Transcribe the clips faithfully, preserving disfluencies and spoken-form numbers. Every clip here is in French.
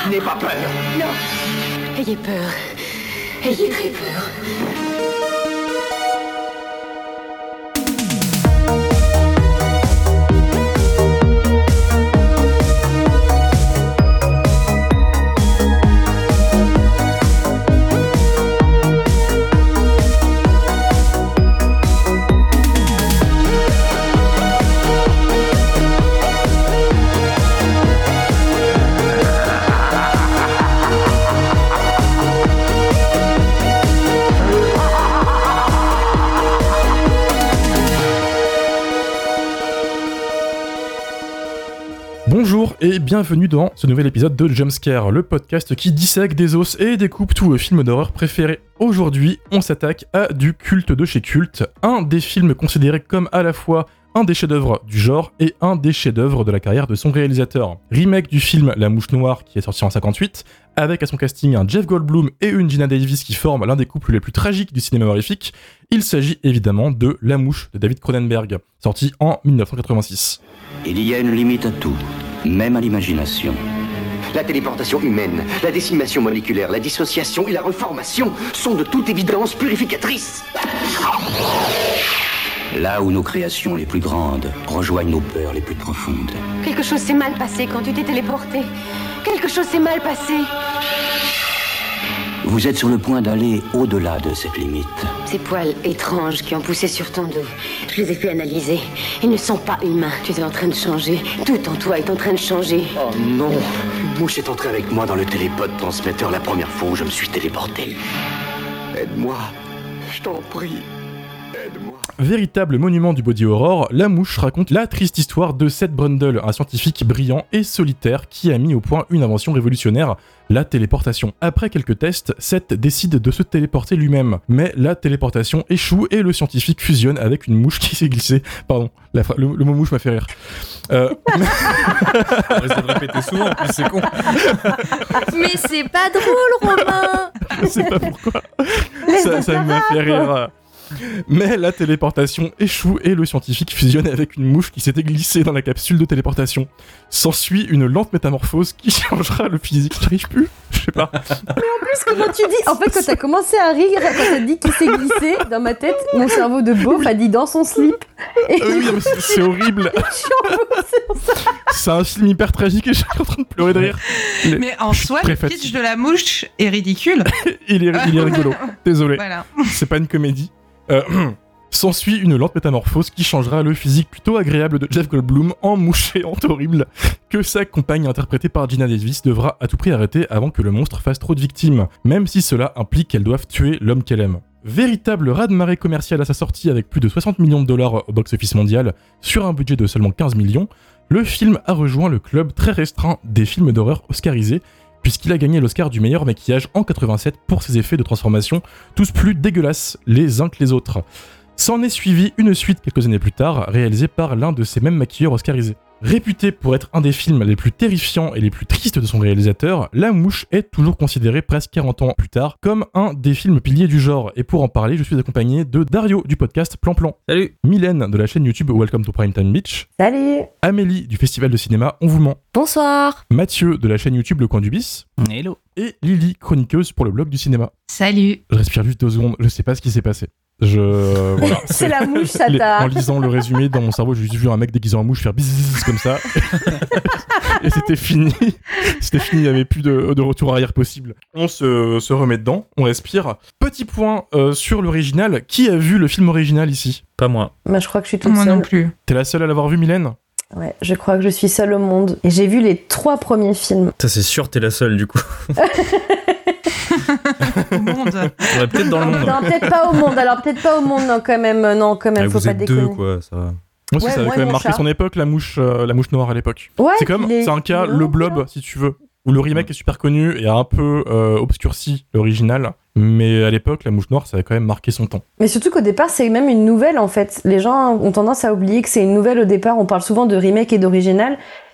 N'aie pas peur. Non. Ayez peur. Ayez très peur. Bonjour et bienvenue dans ce nouvel épisode de Jumpscare, le podcast qui dissèque des os et découpe tous vos films d'horreur préférés. Aujourd'hui, on s'attaque à du culte de chez culte, un des films considérés comme à la fois un des chefs-d'œuvre du genre et un des chefs-d'œuvre de la carrière de son réalisateur. Remake du film La Mouche Noire qui est sorti en cinquante-huit, avec à son casting un Jeff Goldblum et une Geena Davis qui forment l'un des couples les plus tragiques du cinéma horrifique. Il s'agit évidemment de La Mouche de David Cronenberg, sorti en dix-neuf cent quatre-vingt-six. Il y a une limite à tout, même à l'imagination. La téléportation humaine, la décimation moléculaire, la dissociation et la reformation sont de toute évidence purificatrices. Là où nos créations les plus grandes rejoignent nos peurs les plus profondes. Quelque chose s'est mal passé quand tu t'es téléporté. Quelque chose s'est mal passé. Vous êtes sur le point d'aller au-delà de cette limite. Ces poils étranges qui ont poussé sur ton dos, je les ai fait analyser. Ils ne sont pas humains. Tu es en train de changer. Tout en toi est en train de changer. Oh non, une mouche est entrée avec moi dans le télépod transmetteur la première fois où je me suis téléporté. Aide-moi, je t'en prie. Aide-moi. Véritable monument du body horror, La Mouche raconte la triste histoire de Seth Brundle, un scientifique brillant et solitaire qui a mis au point une invention révolutionnaire, la téléportation. Après quelques tests, Seth décide de se téléporter lui-même, mais la téléportation échoue et le scientifique fusionne avec une mouche qui s'est glissée. Pardon, la fra- le, le mot mouche m'a fait rire. Euh... On risque de le répéter souvent, en plus c'est con. Mais c'est pas drôle, Romain. Je sais pas pourquoi. Ça, ça m'a fait rire. Mais la téléportation échoue et le scientifique fusionne avec une mouche qui s'était glissée dans la capsule de téléportation. S'ensuit une lente métamorphose qui changera le physique. J'arrive plus, je sais pas. Mais en plus, comment tu dis ? En fait, quand t'as commencé à rire, quand t'as dit qu'il s'est glissé, dans ma tête, mon cerveau de beauf a dit dans son slip. Et Ah oui, non, mais c'est, c'est horrible. je suis en beauf, c'est pour ça. C'est un film hyper tragique et je suis en train de pleurer de rire. Les- Mais en je suis soi, très le pitch fatigué. de la mouche est ridicule. il, est, il est rigolo. Désolé. Voilà. C'est pas une comédie. Euh, S'ensuit une lente métamorphose qui changera le physique plutôt agréable de Jeff Goldblum en mouche géante horrible que sa compagne interprétée par Geena Davis devra à tout prix arrêter avant que le monstre fasse trop de victimes, même si cela implique qu'elle doive tuer l'homme qu'elle aime. Véritable raz-de-marée commercial à sa sortie avec plus de soixante millions de dollars au box-office mondial sur un budget de seulement quinze millions, le film a rejoint le club très restreint des films d'horreur oscarisés puisqu'il a gagné l'Oscar du meilleur maquillage en quatre-vingt-sept pour ses effets de transformation, tous plus dégueulasses les uns que les autres. S'en est suivi une suite quelques années plus tard, réalisée par l'un de ces mêmes maquilleurs oscarisés. Réputé pour être un des films les plus terrifiants et les plus tristes de son réalisateur, La Mouche est toujours considéré presque quarante ans plus tard comme un des films piliers du genre. Et pour en parler, je suis accompagné de Dario du podcast Plan Plan, Salut. Mylène de la chaîne YouTube Welcome to Primetime Beach, Salut. Amélie du festival de cinéma On vous ment, Bonsoir. Mathieu de la chaîne YouTube Le Coin du Bis, Hello. et Lily, chroniqueuse pour le blog du cinéma. Salut. Je respire juste deux secondes, je sais pas ce qui s'est passé. Je... Voilà. C'est la mouche, ça Les- t'a... En lisant le résumé, dans mon cerveau, j'ai juste vu un mec déguisé en mouche faire bzzz comme ça. Et c'était fini. C'était fini, il n'y avait plus de, de retour arrière possible. On se, se remet dedans, on respire. Petit point euh, sur l'original. Qui a vu le film original ici ? Pas moi. Moi, je crois que je suis toute Moi seule. non plus. T'es la seule à l'avoir vu, Mylène ? Ouais, je crois que je suis seule au monde. Et j'ai vu les trois premiers films. Ça c'est sûr, t'es la seule du coup. Au monde. On va peut-être dans le monde. Non, peut-être pas au monde. Alors, peut-être pas au monde, non, quand même. Non, quand même, Ah, faut vous pas êtes déconner. deux quoi, ça va. Moi aussi, Ouais, ça avait moi quand et même mon marqué chat. son époque, la mouche, euh, la mouche noire à l'époque. Ouais, c'est comme, il est- c'est un cas, il est le long, blob, là. si tu veux, où le remake est super connu et a un peu euh, obscurci l'original. Mais à l'époque, la mouche noire, ça avait quand même marqué son temps. Mais surtout qu'au départ, c'est même une nouvelle, en fait. Les gens ont tendance à oublier que c'est une nouvelle au départ. On parle souvent de remake et d'original.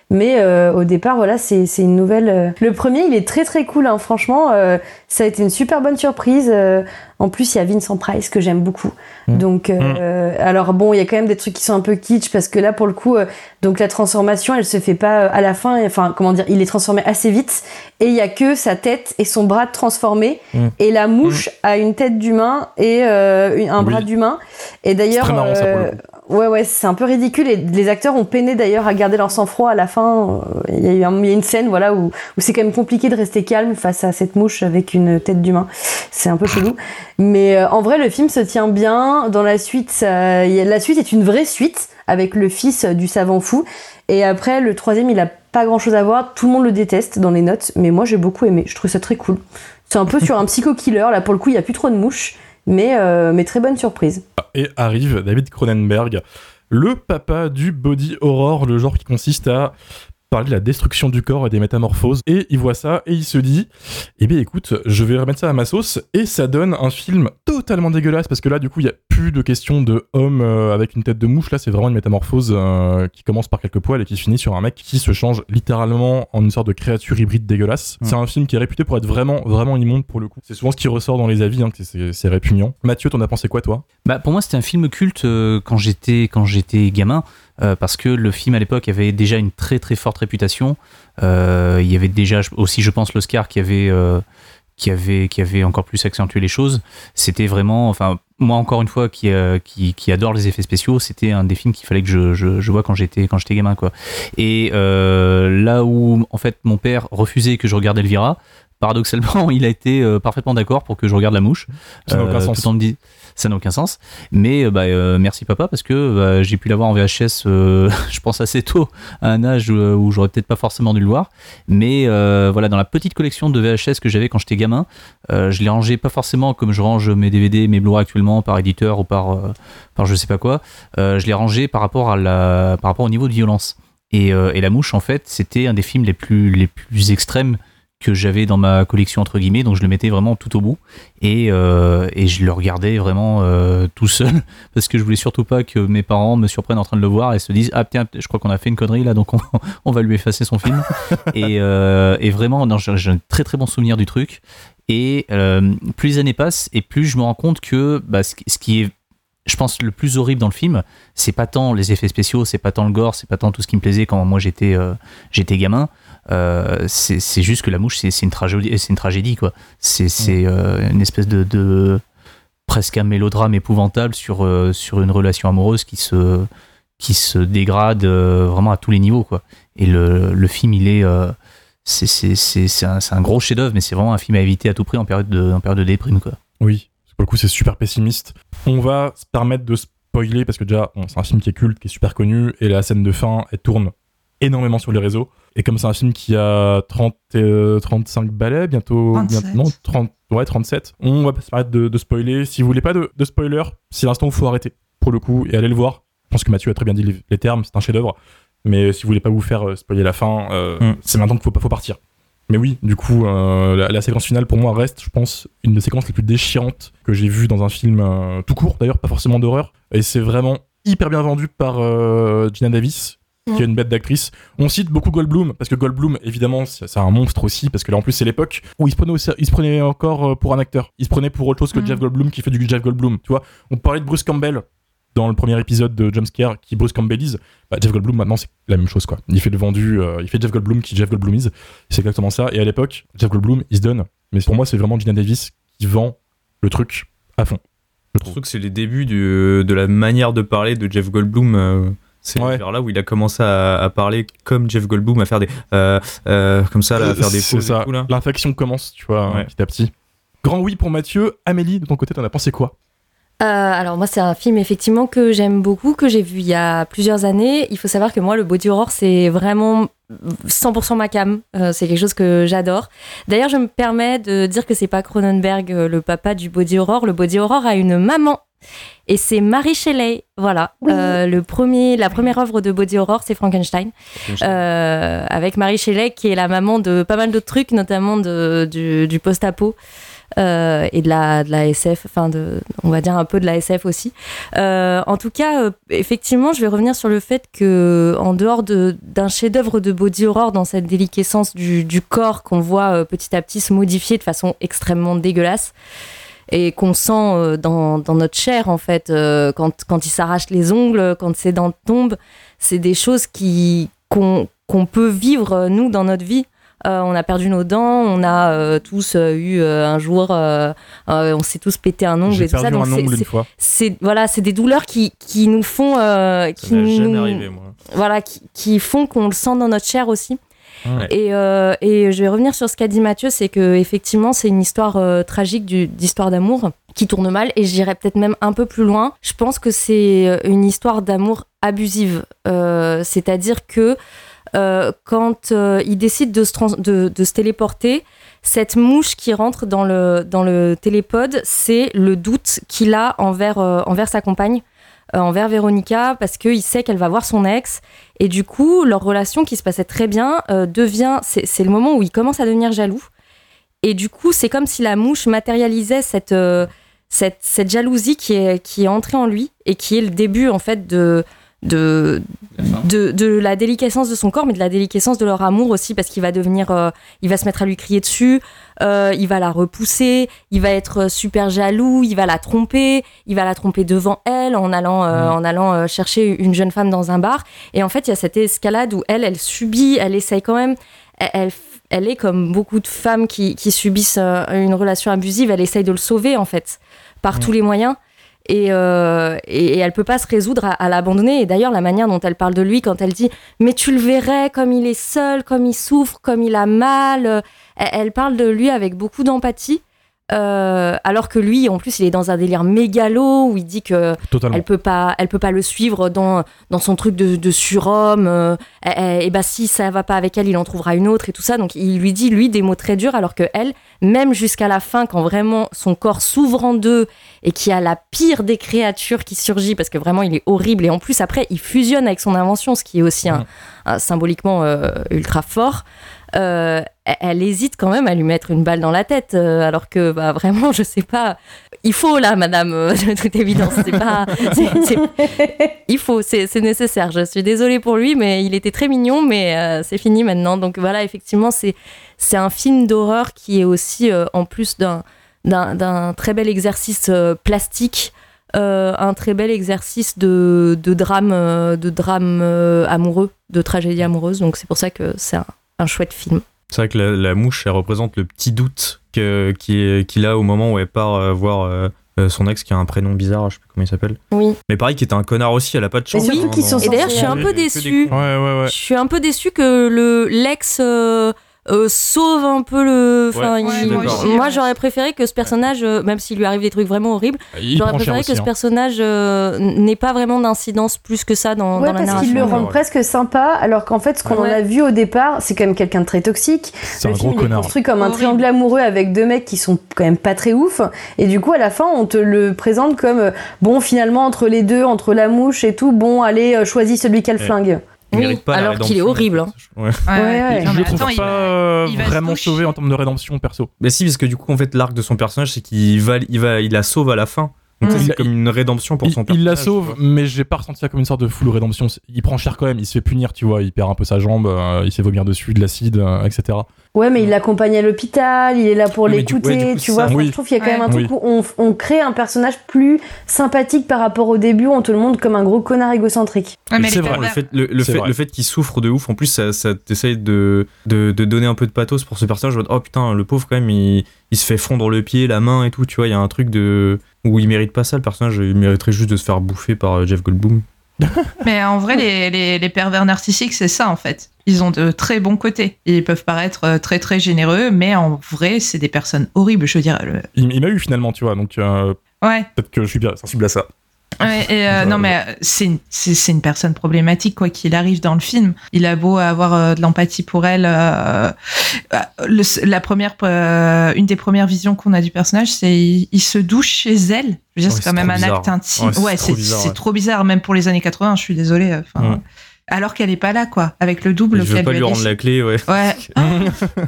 Mais euh, au départ, voilà, c'est, c'est une nouvelle. Euh... Le premier, il est très très cool, hein, franchement. Euh, ça a été une super bonne surprise. Euh, en plus, il y a Vincent Price que j'aime beaucoup. Mmh. Donc, euh, mmh. alors bon, il y a quand même des trucs qui sont un peu kitsch parce que là, pour le coup, euh, donc la transformation, elle se fait pas à la fin. Enfin, comment dire, il est transformé assez vite et il y a que sa tête et son bras transformés mmh. et la mouche mmh. a une tête d'humain et euh, un oui. bras d'humain. Et d'ailleurs, c'est très marrant, euh, ça, pour le coup. Ouais, ouais, c'est un peu ridicule et les acteurs ont peiné d'ailleurs à garder leur sang-froid à la fin. Il y a eu un, il y a une scène, voilà, où, où c'est quand même compliqué de rester calme face à cette mouche avec une tête d'humain. C'est un peu chelou. Mais euh, en vrai, le film se tient bien. Dans la suite, ça, y a, la suite est une vraie suite avec le fils du savant fou. Et après, le troisième, il a pas grand-chose à voir. Tout le monde le déteste dans les notes, mais moi, j'ai beaucoup aimé. Je trouve ça très cool. C'est un peu sur un psycho-killer. Là, pour le coup, il y a plus trop de mouches. Mais, euh, mais très bonne surprise. Et arrive David Cronenberg, le papa du body horror, le genre qui consiste à parler de la destruction du corps et des métamorphoses. Et il voit ça et il se dit, eh bien écoute, je vais remettre ça à ma sauce. Et ça donne un film totalement dégueulasse parce que là, du coup, il n'y a plus de question de homme euh, avec une tête de mouche. Là, c'est vraiment une métamorphose euh, qui commence par quelques poils et qui finit sur un mec qui se change littéralement en une sorte de créature hybride dégueulasse. Mmh. C'est un film qui est réputé pour être vraiment, vraiment immonde pour le coup. C'est souvent ce qui ressort dans les avis, hein, que c'est, c'est répugnant. Mathieu, t'en as pensé quoi, toi ? Bah, pour moi, c'était un film culte euh, quand j'étais, quand j'étais gamin. Euh, parce que le film à l'époque avait déjà une très très forte réputation. Euh, il y avait déjà aussi, je pense, l'Oscar qui avait, euh, qui avait, qui avait encore plus accentué les choses. C'était vraiment, enfin, moi encore une fois qui, euh, qui, qui adore les effets spéciaux, c'était un des films qu'il fallait que je, je, je vois quand j'étais, quand j'étais gamin, quoi. Et euh, là où en fait mon père refusait que je regarde Elvira, paradoxalement, il a été euh, parfaitement d'accord pour que je regarde La Mouche. Ça n'a aucun euh, sens. Tout en me dit, ça n'a aucun sens. Mais bah, euh, merci papa, parce que bah, j'ai pu l'avoir en V H S, euh, je pense assez tôt, à un âge où, où j'aurais peut-être pas forcément dû le voir. Mais euh, voilà, dans la petite collection de V H S que j'avais quand j'étais gamin, euh, je les rangeais pas forcément comme je range mes D V D, mes Blu-ray actuellement, par éditeur ou par, euh, par je sais pas quoi. Euh, je les rangeais par rapport, à la, par rapport au niveau de violence. Et, euh, et La Mouche, en fait, c'était un des films les plus, les plus extrêmes que j'avais dans ma collection entre guillemets, donc je le mettais vraiment tout au bout et, euh, et je le regardais vraiment euh, tout seul parce que je voulais surtout pas que mes parents me surprennent en train de le voir et se disent ah tiens je crois qu'on a fait une connerie là donc on, on va lui effacer son film et, euh, et vraiment non, j'ai, j'ai un très très bon souvenir du truc et euh, plus les années passent et plus je me rends compte que bah, ce, ce qui est je pense le plus horrible dans le film, c'est pas tant les effets spéciaux, c'est pas tant le gore, c'est pas tant tout ce qui me plaisait quand moi j'étais euh, j'étais gamin. Euh, c'est, c'est juste que La Mouche, c'est, c'est une tragédie, c'est une tragédie quoi. C'est, c'est euh, une espèce de, de presque un mélodrame épouvantable sur euh, sur une relation amoureuse qui se qui se dégrade euh, vraiment à tous les niveaux quoi. Et le le film, il est euh, c'est c'est c'est c'est un, c'est un gros chef-d'œuvre, mais c'est vraiment un film à éviter à tout prix en période de en période de déprime quoi. Oui. Pour le coup, c'est super pessimiste. On va se permettre de spoiler parce que déjà, bon, c'est un film qui est culte, qui est super connu, et la scène de fin, elle tourne énormément sur les réseaux. Et comme c'est un film qui a trente, euh, trente-cinq balais, bientôt, bientôt non, trente, ouais, trente-sept, on va se permettre de, de spoiler. Si vous voulez pas de, de spoiler, c'est l'instant où il faut arrêter, pour le coup, et aller le voir. Je pense que Mathieu a très bien dit les, les termes, c'est un chef-d'œuvre. Mais si vous voulez pas vous faire euh, spoiler la fin, euh, mm. c'est maintenant qu'il faut, faut partir. Mais oui, du coup, euh, la, la séquence finale pour moi reste, je pense, une des séquences les plus déchirantes que j'ai vues dans un film euh, tout court, d'ailleurs, pas forcément d'horreur. Et c'est vraiment hyper bien vendu par euh, Geena Davis, mmh. qui est une bête d'actrice. On cite beaucoup Goldblum, parce que Goldblum, évidemment, c'est, c'est un monstre aussi, parce que là, en plus, c'est l'époque où il se prenait, au, il se prenait encore pour un acteur. Il se prenait pour autre chose que mmh. Jeff Goldblum, qui fait du Jeff Goldblum. Tu vois, on parlait de Bruce Campbell dans le premier épisode de Jumpscare, qui Bruce Campbellise. Bah, Jeff Goldblum, maintenant, c'est la même chose, quoi. Il fait le vendu, euh, il fait Jeff Goldblum qui Jeff Goldblumise. C'est exactement ça. Et à l'époque, Jeff Goldblum, il se donne. Mais pour moi, c'est vraiment Geena Davis qui vend le truc à fond. Je trouve que c'est les débuts du, de la manière de parler de Jeff Goldblum. Euh, c'est ouais. vers là où il a commencé à, à parler comme Jeff Goldblum, à faire des. Euh, euh, comme ça, là, à faire des pauses. C'est ça. Tout, là. L'infection commence, tu vois, ouais. petit à petit. Grand oui pour Mathieu. Amélie, de ton côté, t'en as pensé quoi ? Euh, alors moi c'est un film effectivement que j'aime beaucoup, que j'ai vu il y a plusieurs années. Il faut savoir que moi le body horror c'est vraiment cent pour cent ma cam, euh, c'est quelque chose que j'adore. D'ailleurs je me permets de dire que c'est pas Cronenberg euh, le papa du body horror. Le body horror a une maman et c'est Mary Shelley, voilà. Oui. Euh, le premier, la première œuvre de body horror c'est Frankenstein, euh, avec Mary Shelley qui est la maman de pas mal d'autres trucs, notamment de, du, du post-apo. euh, et de la, de la S F, enfin, de, on va dire un peu de la S F aussi. Euh, en tout cas, euh, effectivement, je vais revenir sur le fait que, en dehors de, d'un chef-d'œuvre de body horror, dans cette déliquescence du, du corps qu'on voit euh, petit à petit se modifier de façon extrêmement dégueulasse, et qu'on sent euh, dans, dans notre chair, en fait, euh, quand, quand il s'arrache les ongles, quand ses dents tombent, c'est des choses qui, qu'on, qu'on peut vivre, nous, dans notre vie. Euh, on a perdu nos dents, on a euh, tous euh, eu euh, un jour, euh, euh, on s'est tous pété un ongle J'ai et tout ça. perdu Donc un c'est, ongle c'est, une fois. c'est, voilà, c'est des douleurs qui, qui nous font... Euh, qui Ça m'est jamais nous, arrivé, moi. Voilà, qui, qui font qu'on le sent dans notre chair aussi. Ouais. Et, euh, et je vais revenir sur ce qu'a dit Mathieu, c'est que effectivement c'est une histoire euh, tragique du, d'histoire d'amour qui tourne mal, et j'irais peut-être même un peu plus loin. Je pense que c'est une histoire d'amour abusive, euh, c'est-à-dire que euh, quand euh, il décide de se, trans- de, de se téléporter, cette mouche qui rentre dans le, dans le télépode, c'est le doute qu'il a envers, euh, envers sa compagne, euh, envers Véronica, parce qu'il sait qu'elle va voir son ex. Et du coup, leur relation qui se passait très bien euh, devient... C'est, c'est le moment où il commence à devenir jaloux. Et du coup, c'est comme si la mouche matérialisait cette, euh, cette, cette jalousie qui est, qui est entrée en lui et qui est le début, en fait, de... De, de, de la déliquescence de son corps, mais de la déliquescence de leur amour aussi, parce qu'il va devenir, euh, il va se mettre à lui crier dessus, euh, il va la repousser, il va être super jaloux, il va la tromper, il va la tromper devant elle en allant, euh, mmh. en allant euh, chercher une jeune femme dans un bar. Et en fait, il y a cette escalade où elle, elle subit, elle essaye quand même, elle, elle, elle est comme beaucoup de femmes qui, qui subissent euh, une relation abusive, elle essaye de le sauver en fait, par mmh. tous les moyens. Et, euh, et, et elle peut pas se résoudre à, à l'abandonner. Et d'ailleurs, la manière dont elle parle de lui, quand elle dit « Mais tu le verrais, comme il est seul, comme il souffre, comme il a mal. » Elle, elle parle de lui avec beaucoup d'empathie. Euh, alors que lui, en plus, il est dans un délire mégalo où il dit que Totalement. elle peut pas, elle peut pas le suivre dans dans son truc de, de surhomme. Euh, et, et bah si ça va pas avec elle, il en trouvera une autre et tout ça. Donc il lui dit lui des mots très durs, alors que elle, même jusqu'à la fin, quand vraiment son corps s'ouvre en deux et qu'il y a la pire des créatures qui surgit, parce que vraiment il est horrible, et en plus après il fusionne avec son invention, ce qui est aussi un, un symboliquement euh, ultra fort. Euh, elle hésite quand même à lui mettre une balle dans la tête, euh, alors que bah, vraiment, je sais pas, il faut là, madame, euh, de toute évidence, c'est pas, c'est, c'est, il faut, c'est, c'est nécessaire. Je suis désolée pour lui, mais il était très mignon, mais euh, c'est fini maintenant. Donc voilà, effectivement, c'est, c'est un film d'horreur qui est aussi, euh, en plus d'un, d'un, d'un très bel exercice euh, plastique, euh, un très bel exercice de, de drame, euh, de drame euh, amoureux, de tragédie amoureuse. Donc c'est pour ça que c'est un un chouette film. C'est vrai que la, la mouche, elle représente le petit doute que, qu'il, qu'il a au moment où elle part euh, voir euh, son ex qui a un prénom bizarre, je sais plus comment il s'appelle. Oui. Mais pareil, qui était un connard aussi, elle a pas de chance. Et surtout hein, qu'ils sont Et d'ailleurs, je suis un peu déçue. Ouais, ouais, ouais. Je suis un peu déçue que le, l'ex euh, euh, sauve un peu le... Ouais, il, ouais, moi, d'accord. moi, j'aurais préféré que ce personnage, euh, même s'il lui arrive des trucs vraiment horribles, Il j'aurais prend cher préféré aussi, que ce hein. personnage euh, n'ait pas vraiment d'incidence plus que ça dans, Ouais, dans la parce narration. qu'ils le Ouais, rendent ouais. presque sympa, alors qu'en fait, ce qu'on Ouais. en a vu au départ, c'est quand même quelqu'un de très toxique. C'est Le un film, gros il est connard. construit comme un Horrible. triangle amoureux avec deux mecs qui sont quand même pas très ouf. Et du coup, à la fin, on te le présente comme euh, bon, finalement, entre les deux, entre la mouche et tout, bon, allez, euh, choisis celui qui a le Ouais. flingue. Il Oui, mérite pas la alors qu'il est rédemption. horrible, hein. Ouais. Ouais, Ouais, ouais. Non, Je mais le trouve attends, il pas va- euh, il va se vraiment doucher. sauvé en termes de rédemption perso. Mais si, parce que du coup, en fait, l'arc de son personnage, c'est qu'il va, il va, il la sauve à la fin. Donc Mm. ça, Il- c'est comme une rédemption pour Il, son il personnage. la tu sauve, vois. mais j'ai pas ressenti ça comme une sorte de full rédemption. Il prend cher quand même, il se fait punir, tu vois, il perd un peu sa jambe, euh, il se fait vomir dessus, de l'acide, euh, et cetera. Ouais, mais il l'accompagne à l'hôpital, il est là pour Oui, mais du- l'écouter, ouais, du coup, tu ça- vois. Enfin, oui. Je trouve qu'il y a quand même un Ouais. truc où on, on crée un personnage plus sympathique par rapport au début, on te le montre comme un gros connard égocentrique. Ouais, mais C'est les vrai, Le pervers- fait, le, le C'est fait, vrai. le fait qu'il souffre de ouf, en plus, ça, ça t'essaye de, de, de donner un peu de pathos pour ce personnage. Je me dis, oh putain, le pauvre, quand même, il, il se fait fondre le pied, la main et tout, tu vois. Il y a un truc de où il mérite pas ça, le personnage. Il mériterait juste de se faire bouffer par euh, Jeff Goldblum. Mais en vrai, les, les, les pervers narcissiques, c'est ça en fait. Ils ont de très bons côtés. Ils peuvent paraître euh, très très généreux, mais en vrai, c'est des personnes horribles. Je veux dire, le... Il, il m'a eu finalement, tu vois, donc euh, ouais. peut-être que je suis bien sensible à ça. Ouais, et euh, non, mais euh, c'est une, c'est, c'est une personne problématique, quoi qu'il arrive dans le film. Il a beau avoir euh, de l'empathie pour elle. Euh, euh, le- la première, euh, une des premières visions qu'on a du personnage, c'est il, il se douche chez elle. Je veux dire, Ouais, c'est c'est quand même trop un bizarre. acte intime. Ouais, c'est Ouais, trop c'est, bizarre, c'est ouais. trop bizarre, même pour les années quatre-vingts. Je suis désolée. Enfin, Ouais. alors qu'elle est pas là, quoi, avec le double Je veux qu'elle pas lui lui a rendre laissé. la clé, ouais. Ouais.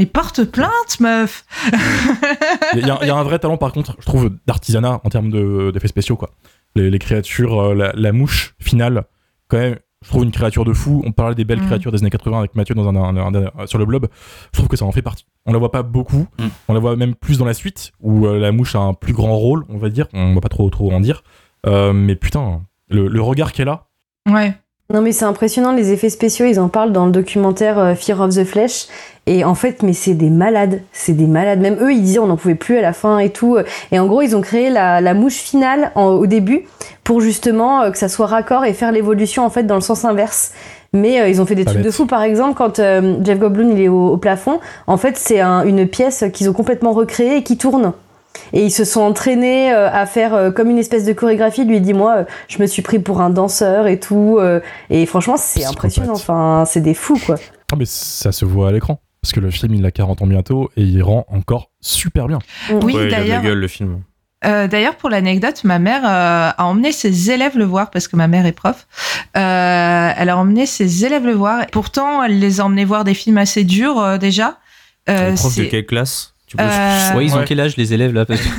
Mais porte plainte, meuf. Il y, y a un vrai talent, par contre, je trouve, d'artisanat en termes de, d'effets spéciaux, quoi. Les, les créatures, la, la mouche finale, quand même, je trouve une créature de fou. On parlait des belles mmh. créatures des années quatre-vingts avec Mathieu dans un, un, un, un, sur le blob. Je trouve que ça en fait partie. On la voit pas beaucoup. Mmh. On la voit même plus dans la suite, où euh, la mouche a un plus grand rôle, on va dire. On va pas trop, trop en dire. Euh, mais putain, le, le regard qu'elle a. Ouais. Non mais c'est impressionnant, les effets spéciaux, ils en parlent dans le documentaire euh, Fear of the Flesh, et en fait, mais c'est des malades, c'est des malades, même eux ils disaient on n'en pouvait plus à la fin et tout, et en gros ils ont créé la, la mouche finale en, au début, pour justement euh, que ça soit raccord et faire l'évolution en fait dans le sens inverse. Mais euh, ils ont fait des Pas trucs bête. de fou, par exemple quand euh, Jeff Goldblum il est au, au plafond, en fait c'est un, une pièce qu'ils ont complètement recréée et qui tourne. Et ils se sont entraînés euh, à faire euh, comme une espèce de chorégraphie. Lui, il dit, moi, euh, je me suis pris pour un danseur et tout. Euh, et franchement, c'est Psychopathe. impressionnant. Enfin, c'est des fous, quoi. Ah, mais ça se voit à l'écran. Parce que le film, il a quarante ans bientôt et il rend encore super bien. Oui, ouais, d'ailleurs. Il a de la gueule, le film. Euh, d'ailleurs, pour l'anecdote, ma mère euh, a emmené ses élèves le voir, parce que ma mère est prof. Euh, elle a emmené ses élèves le voir. Pourtant, elle les a emmenés voir des films assez durs, euh, déjà. Euh, prof de quelle classe? Euh... Ouais, ils ont ouais. quel âge les élèves là parce que...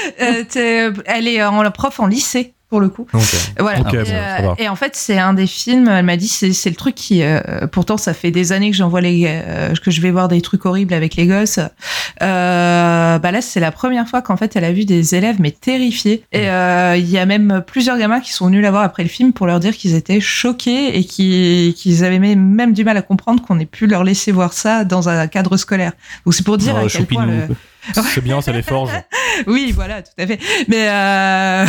euh, Elle est en prof en lycée pour le coup. Okay. Voilà. Okay, et, bon, euh, et en fait, c'est un des films. Elle m'a dit, c'est, c'est le truc qui. Euh, pourtant, ça fait des années que j'envoie les, euh, que je vais voir des trucs horribles avec les gosses. Euh, bah là, c'est la première fois qu'en fait, elle a vu des élèves mais terrifiés. Et il euh, y a même plusieurs gamins qui sont venus la voir après le film pour leur dire qu'ils étaient choqués et qu'ils, qu'ils avaient même du mal à comprendre qu'on ait pu leur laisser voir ça dans un cadre scolaire. Donc c'est pour dire non, à quel point le... C'est bien, ça les forge. Oui, voilà, tout à fait. Mais euh...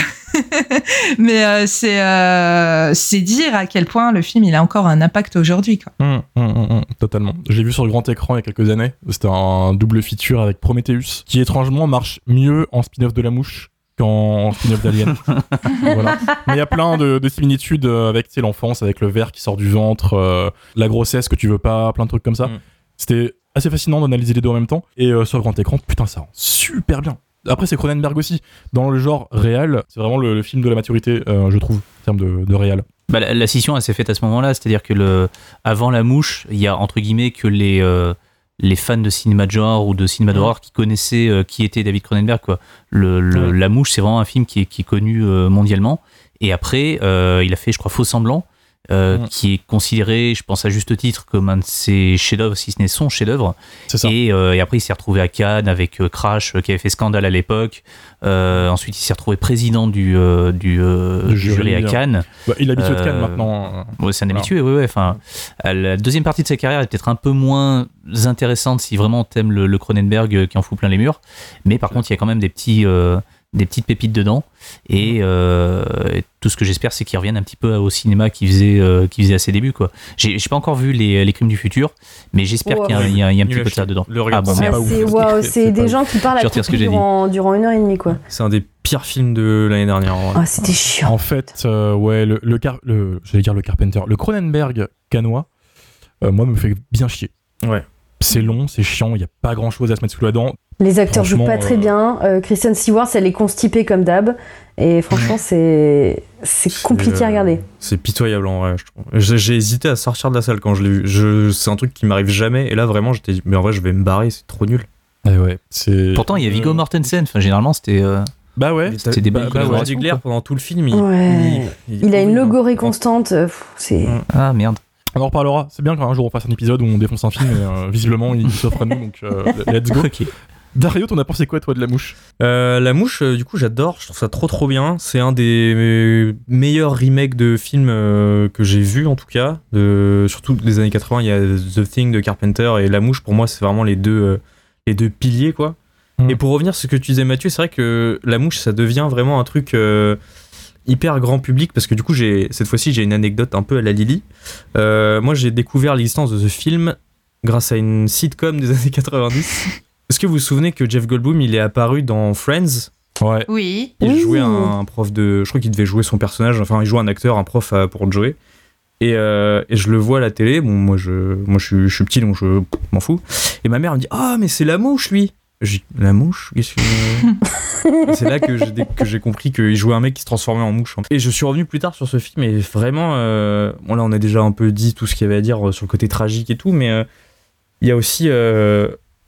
mais euh, c'est euh... c'est dire à quel point le film il a encore un impact aujourd'hui, quoi. Mmh, mmh, mmh, totalement. J'ai vu sur le grand écran il y a quelques années. C'était un double feature avec Prometheus, qui étrangement marche mieux en spin-off de La Mouche qu'en spin-off d'Alien. Voilà. Mais il y a plein de, de similitudes avec l'enfance, avec le ver qui sort du ventre, euh, la grossesse que tu veux pas, plein de trucs comme ça. Mmh. C'était assez fascinant d'analyser les deux en même temps. Et euh, sur le grand écran, putain, ça rend super bien. Après, c'est Cronenberg aussi. Dans le genre réel, c'est vraiment le, le film de la maturité, euh, je trouve, en termes de, de réel. Bah, la, la scission, elle s'est faite à ce moment-là. C'est-à-dire que le, avant La Mouche, il y a entre guillemets que les, euh, les fans de cinéma de genre ou de cinéma d'horreur mmh. qui connaissaient euh, qui était David Cronenberg, quoi. Le, le, mmh. La Mouche, c'est vraiment un film qui est, qui est connu euh, mondialement. Et après, euh, il a fait, je crois, Faux Semblant. Euh, mmh. qui est considéré, je pense à juste titre, comme un de ses chefs-d'œuvre, si ce n'est son chef-d'œuvre. C'est ça. Et, euh, et après, il s'est retrouvé à Cannes avec euh, Crash, euh, qui avait fait scandale à l'époque. Euh, ensuite, il s'est retrouvé président du, euh, du, euh, du jury, jury à Cannes. Bah, il est habitué de Cannes maintenant. Ouais, c'est un habitué, oui. Ouais, enfin, la deuxième partie de sa carrière est peut-être un peu moins intéressante si vraiment t'aimes le, le Cronenberg qui en fout plein les murs. Mais par contre, il y a quand même des petits. Euh, des petites pépites dedans et, euh, et tout ce que j'espère c'est qu'ils reviennent un petit peu au cinéma qu'ils faisaient, euh, qu'ils faisaient à ses débuts, quoi. J'ai, j'ai pas encore vu les, les Crimes du futur mais j'espère wow. qu'il y a, il y a, il y a un petit peu de ça dedans. Le ah, bon, c'est, c'est, wow, c'est, c'est des gens qui parlent à couper durant, durant une heure et demie, quoi. C'est un des pires films de l'année dernière. Ah, oh, c'était chiant. En fait, euh, ouais, le, le, car, le j'allais dire le Carpenter, le Cronenberg canois, euh, moi me fait bien chier. Ouais. C'est long, c'est chiant, il y a pas grand chose à se mettre sous la dent. Les acteurs jouent pas très euh... bien. Euh, Kristen Stewart, elle est constipée comme d'hab. Et franchement, c'est, c'est compliqué c'est, euh... à regarder. C'est pitoyable en vrai, je trouve. J'ai, j'ai hésité à sortir de la salle quand je l'ai vu. Je... C'est un truc qui m'arrive jamais. Et là, vraiment, j'étais dit, mais en vrai, je vais me barrer, c'est trop nul. Et ouais, c'est... Pourtant, il y a Viggo Mortensen. Enfin, généralement, c'était. Euh... Bah ouais, c'était des bonnes bah, collaborations. Bah, ouais. Pendant tout le film, il, ouais. il, il, il a une logorée constante. C'est... Ah merde. On en reparlera. C'est bien qu'un jour on fasse un épisode où on défonce un film et euh, visiblement il s'offre à nous, donc euh, let's go. Okay. Dario, t'en as pensé quoi toi de La Mouche? euh, La Mouche, euh, du coup j'adore, je trouve ça trop trop bien. C'est un des euh, meilleurs remakes de films euh, que j'ai vu en tout cas. De, surtout des années quatre-vingts, il y a The Thing de Carpenter et La Mouche. Pour moi c'est vraiment les deux, euh, les deux piliers, quoi. Mmh. Et pour revenir sur ce que tu disais Mathieu, c'est vrai que La Mouche ça devient vraiment un truc... Euh, hyper grand public parce que du coup j'ai cette fois-ci j'ai une anecdote un peu à la Lily. Euh, moi j'ai découvert l'existence de ce film grâce à une sitcom des années quatre-vingt-dix. Est-ce que vous vous souvenez que Jeff Goldblum il est apparu dans Friends? Ouais. Oui. Il jouait un, un prof de, je crois qu'il devait jouer son personnage, enfin il jouait un acteur, un prof à, pour Joey. Et, euh, et je le vois à la télé. Bon moi je moi je suis je suis petit donc je m'en fous. Et ma mère me dit ah mais c'est La Mouche lui. J'ai dit, La Mouche, qu'est-ce que... Et c'est là que j'ai, que j'ai compris qu'il jouait un mec qui se transformait en mouche. Et je suis revenu plus tard sur ce film et vraiment, euh... bon là on a déjà un peu dit tout ce qu'il y avait à dire sur le côté tragique et tout, mais il euh, y a aussi euh,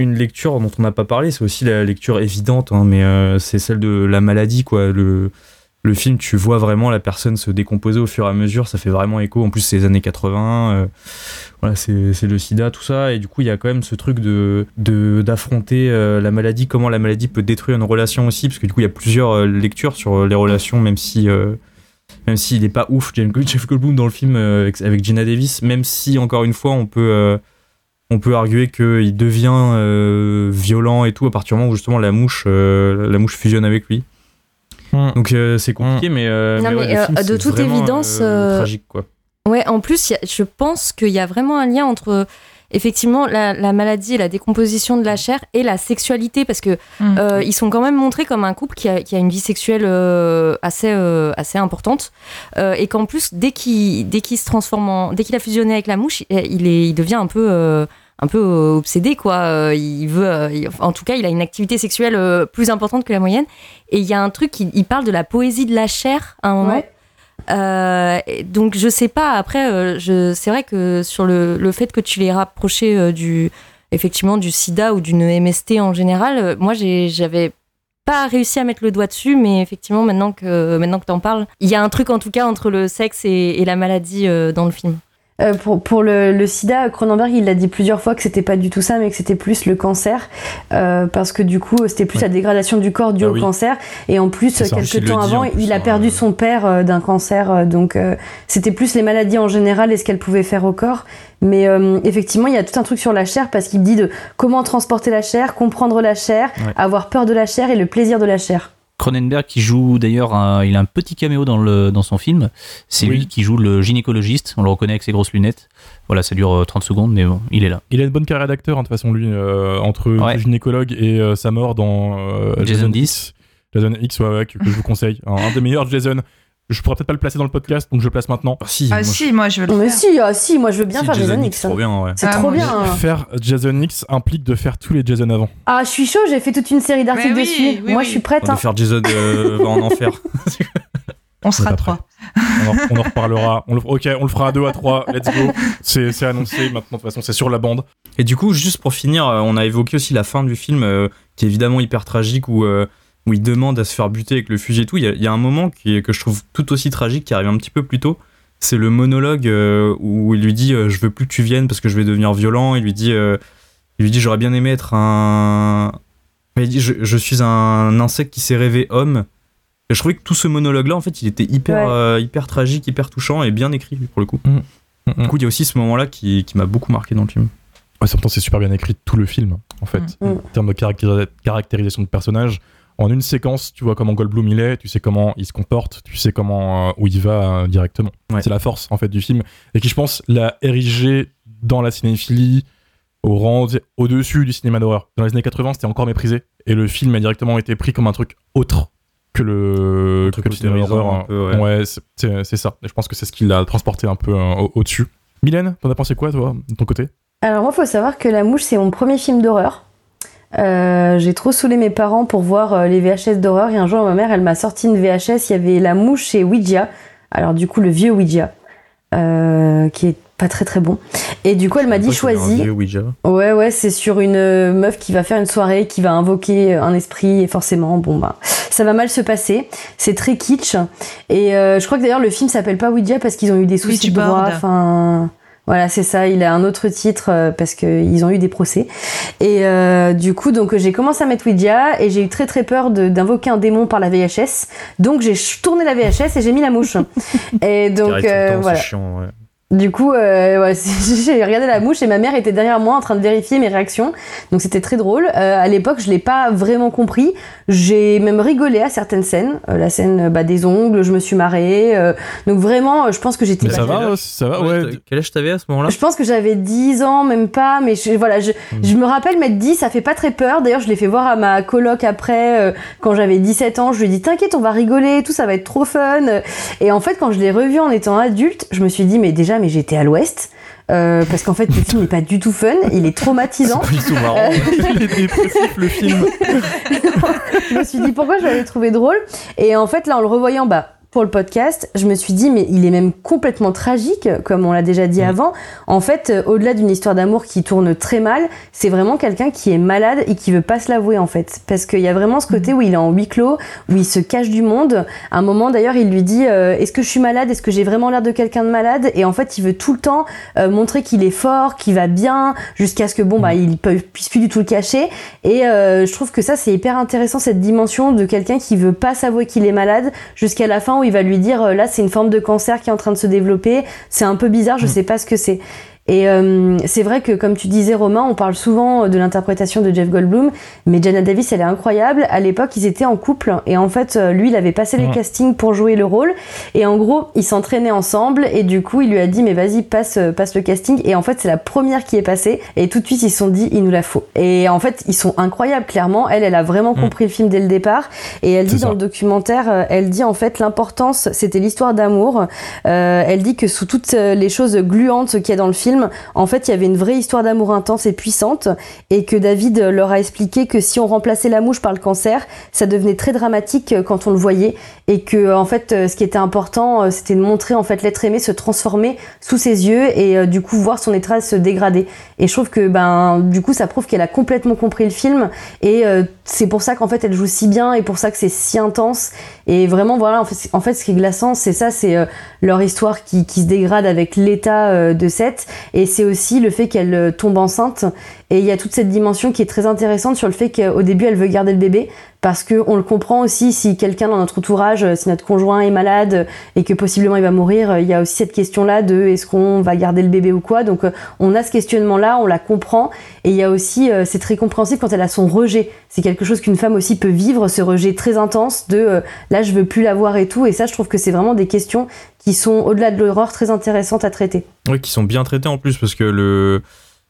une lecture dont on n'a pas parlé, c'est aussi la lecture évidente, hein, mais euh, c'est celle de la maladie, quoi. Le, le film, tu vois vraiment la personne se décomposer au fur et à mesure, ça fait vraiment écho. En plus, c'est les années quatre-vingts, euh, voilà, c'est, c'est le sida, tout ça, et du coup, il y a quand même ce truc de, de, d'affronter euh, la maladie, comment la maladie peut détruire une relation aussi, parce que du coup, il y a plusieurs euh, lectures sur les relations, même si... Euh, même s'il est pas ouf, Jeff Goldblum dans le film euh, avec Gina Davis, même si, encore une fois, on peut... Euh, on peut arguer qu'il devient euh, violent et tout à partir du moment où justement la mouche, euh, la mouche fusionne avec lui. Mm. Donc euh, c'est compliqué, mm. mais, euh, non, mais, ouais, mais euh, film, de toute vraiment, évidence, euh, tragique quoi. Ouais, en plus, y a, je pense qu'il y a vraiment un lien entre effectivement la, la maladie et la décomposition de la chair et la sexualité, parce que mm. euh, ils sont quand même montrés comme un couple qui a, qui a une vie sexuelle euh, assez euh, assez importante, euh, et qu'en plus dès qu'il dès qu'il se transforme en, dès qu'il a fusionné avec la mouche, il est il devient un peu euh, un peu obsédé, quoi. Il veut, en tout cas, il a une activité sexuelle plus importante que la moyenne. Et il y a un truc, il, il parle de la poésie de la chair à un moment. Ouais. Euh, donc je sais pas. Après, je, c'est vrai que sur le, le fait que tu l'aies rapproché du, effectivement, du SIDA ou d'une M S T en général, moi, j'ai, j'avais pas réussi à mettre le doigt dessus, mais effectivement, maintenant que maintenant que t'en parles, il y a un truc en tout cas entre le sexe et, et la maladie dans le film. Euh, pour, pour le, le sida, Cronenberg, il l'a dit plusieurs fois que c'était pas du tout ça, mais que c'était plus le cancer, euh, parce que du coup, c'était plus ouais. la dégradation du corps due ah, au oui. cancer, et en plus, c'est quelques ça, temps avant, plus, il a perdu euh... son père euh, d'un cancer, euh, donc euh, c'était plus les maladies en général et ce qu'elles pouvaient faire au corps. Mais euh, effectivement, il y a tout un truc sur la chair, parce qu'il dit de comment transporter la chair, comprendre la chair, ouais. avoir peur de la chair et le plaisir de la chair. Cronenberg qui joue d'ailleurs, un, il a un petit caméo dans, le, dans son film, c'est oui. lui qui joue le gynécologiste, on le reconnaît avec ses grosses lunettes, voilà, ça dure trente secondes, mais bon, il est là. Il a une bonne carrière d'acteur, hein, de toute façon, lui, euh, entre ouais. le gynécologue et euh, sa mort dans euh, Jason, Jason X. Jason X, ouais, ouais, que, que je vous conseille, un, un des meilleurs Jason. Je pourrais peut-être pas le placer dans le podcast, donc je le place maintenant. Ah si, ah, moi, si, je... moi je veux le mais faire. Si, ah, si, moi je veux bien si, faire Jason, Jason X. X. C'est trop bien, ouais. C'est ah, trop bien. Hein. Faire Jason X implique de faire tous les Jason avant. Ah, je suis chaud, j'ai fait toute une série d'articles oui, dessus. Oui, moi oui. je suis prête. On hein. va faire Jason euh, va en enfer. On sera trois. On en, on en reparlera. On le, ok, on le fera à deux, à trois. Let's go. C'est, c'est annoncé maintenant, de toute façon, c'est sur la bande. Et du coup, juste pour finir, on a évoqué aussi la fin du film, euh, qui est évidemment hyper tragique, où, euh, où il demande à se faire buter avec le fusil et tout. Il y a, il y a un moment qui est, que je trouve tout aussi tragique, qui arrive un petit peu plus tôt. C'est le monologue euh, où il lui dit euh, « Je veux plus que tu viennes parce que je vais devenir violent ». Il lui dit, euh, il lui dit « J'aurais bien aimé être un... » Il dit je, « Je suis un insecte qui s'est rêvé homme ». Et je trouvais que tout ce monologue-là, en fait, il était hyper, ouais. euh, hyper tragique, hyper touchant et bien écrit, pour le coup. Mmh. Mmh. Du coup, il y a aussi ce moment-là qui, qui m'a beaucoup marqué dans le film. Ouais, pourtant, c'est super bien écrit, tout le film, en fait. Mmh. En termes de caractéris- caractérisation de personnage, en une séquence, tu vois comment Goldblum il est, tu sais comment il se comporte, tu sais comment euh, où il va euh, directement. Ouais. C'est la force en fait du film et qui, je pense, l'a érigé dans la cinéphilie au rang au-dessus du cinéma d'horreur. Dans les années quatre-vingts, c'était encore méprisé et le film a directement été pris comme un truc autre que le, que le cinéma d'horreur. Peu, ouais, ouais c'est, c'est, c'est ça. Et je pense que c'est ce qui l'a transporté un peu euh, au- au-dessus. Mylène, t'en as pensé quoi toi, de ton côté ? Alors moi, faut savoir que La Mouche, c'est mon premier film d'horreur. Euh, j'ai trop saoulé mes parents pour voir euh, les V H S d'horreur et un jour ma mère elle m'a sorti une V H S, il y avait La Mouche et Ouija, alors du coup le vieux Ouija euh, qui est pas très très bon et du coup elle m'a dit choisis. Ouais ouais c'est sur une meuf qui va faire une soirée, qui va invoquer un esprit et forcément bon bah ça va mal se passer, c'est très kitsch et euh, je crois que d'ailleurs le film s'appelle pas Ouija parce qu'ils ont eu des soucis de droit, enfin... Voilà, c'est ça, il a un autre titre euh, parce qu'ils ont eu des procès. Et euh, du coup, donc j'ai commencé à mettre Ouija et j'ai eu très très peur de, d'invoquer un démon par la V H S. Donc j'ai tourné la V H S et j'ai mis La Mouche. Et donc euh, voilà. C'est chiant, ouais. Du coup, euh, ouais, j'ai regardé La Mouche et ma mère était derrière moi en train de vérifier mes réactions. Donc c'était très drôle. Euh, à l'époque, je l'ai pas vraiment compris. J'ai même rigolé à certaines scènes. Euh, la scène bah, des ongles, je me suis marrée. Euh, donc vraiment, je pense que j'étais... Mais ça va, ça va, ouais. Quel âge t'avais à ce moment-là ? Je pense que j'avais dix ans, même pas. Mais je, voilà, je, mmh. je me rappelle m'être dit, ça fait pas très peur. D'ailleurs, je l'ai fait voir à ma coloc après, euh, quand j'avais dix-sept ans. Je lui ai dit, t'inquiète, on va rigoler, tout ça va être trop fun. Et en fait, quand je l'ai revu en étant adulte, je me suis dit, mais déjà, mais j'étais à l'ouest, euh, parce qu'en fait le film n'est pas du tout fun, il est traumatisant. C'est pas du tout marrant. Il est dépressif le film. Je me suis dit pourquoi je l'avais trouvé drôle, et en fait là en le revoyant, bah pour le podcast, je me suis dit, mais il est même complètement tragique, comme on l'a déjà dit mmh. avant. En fait, euh, au-delà d'une histoire d'amour qui tourne très mal, c'est vraiment quelqu'un qui est malade et qui veut pas se l'avouer, en fait. Parce qu'il y a vraiment ce côté où il est en huis clos, où il se cache du monde. À un moment, d'ailleurs, il lui dit, euh, est-ce que je suis malade? Est-ce que j'ai vraiment l'air de quelqu'un de malade? Et en fait, il veut tout le temps euh, montrer qu'il est fort, qu'il va bien, jusqu'à ce que, bon, mmh. bah, il peut, puisse plus du tout le cacher. Et euh, je trouve que ça, c'est hyper intéressant, cette dimension de quelqu'un qui veut pas s'avouer qu'il est malade, jusqu'à la fin où il va lui dire euh, là c'est une forme de cancer qui est en train de se développer, c'est un peu bizarre, je sais pas ce que c'est. Et euh, c'est vrai que, comme tu disais, Romain, on parle souvent de l'interprétation de Jeff Goldblum, mais Jenna Davis, elle est incroyable. À l'époque, ils étaient en couple, et en fait, lui, il avait passé les mmh. castings pour jouer le rôle, et en gros, ils s'entraînaient ensemble, et du coup, il lui a dit, mais vas-y, passe, passe le casting, et en fait, c'est la première qui est passée, et tout de suite, ils se sont dit, il nous la faut. Et en fait, ils sont incroyables, clairement. Elle, elle a vraiment mmh. compris le film dès le départ, et elle dit c'est dans ça. Le documentaire, elle dit, en fait, l'importance, c'était l'histoire d'amour. Euh, elle dit que sous toutes les choses gluantes qu'il y a dans le film, en fait, il y avait une vraie histoire d'amour intense et puissante, et que David leur a expliqué que si on remplaçait la mouche par le cancer, ça devenait très dramatique quand on le voyait, et que en fait, ce qui était important, c'était de montrer en fait l'être aimé se transformer sous ses yeux, et euh, du coup voir son état se dégrader. Et je trouve que ben du coup, ça prouve qu'elle a complètement compris le film, et euh, c'est pour ça qu'en fait, elle joue si bien, et pour ça que c'est si intense. Et vraiment, voilà, en fait, en fait ce qui est glaçant, c'est ça, c'est euh, leur histoire qui, qui se dégrade avec l'état euh, de Seth. Et c'est aussi le fait qu'elle tombe enceinte. Et il y a toute cette dimension qui est très intéressante sur le fait qu'au début, elle veut garder le bébé. Parce qu'on le comprend aussi, si quelqu'un dans notre entourage, si notre conjoint est malade et que possiblement il va mourir, il y a aussi cette question-là de est-ce qu'on va garder le bébé ou quoi. Donc on a ce questionnement-là, on la comprend. Et il y a aussi, c'est très compréhensible quand elle a son rejet. C'est quelque chose qu'une femme aussi peut vivre, ce rejet très intense de euh, là je veux plus la voir et tout. Et ça, je trouve que c'est vraiment des questions qui sont, au-delà de l'horreur, très intéressantes à traiter. Oui, qui sont bien traitées en plus, parce que le...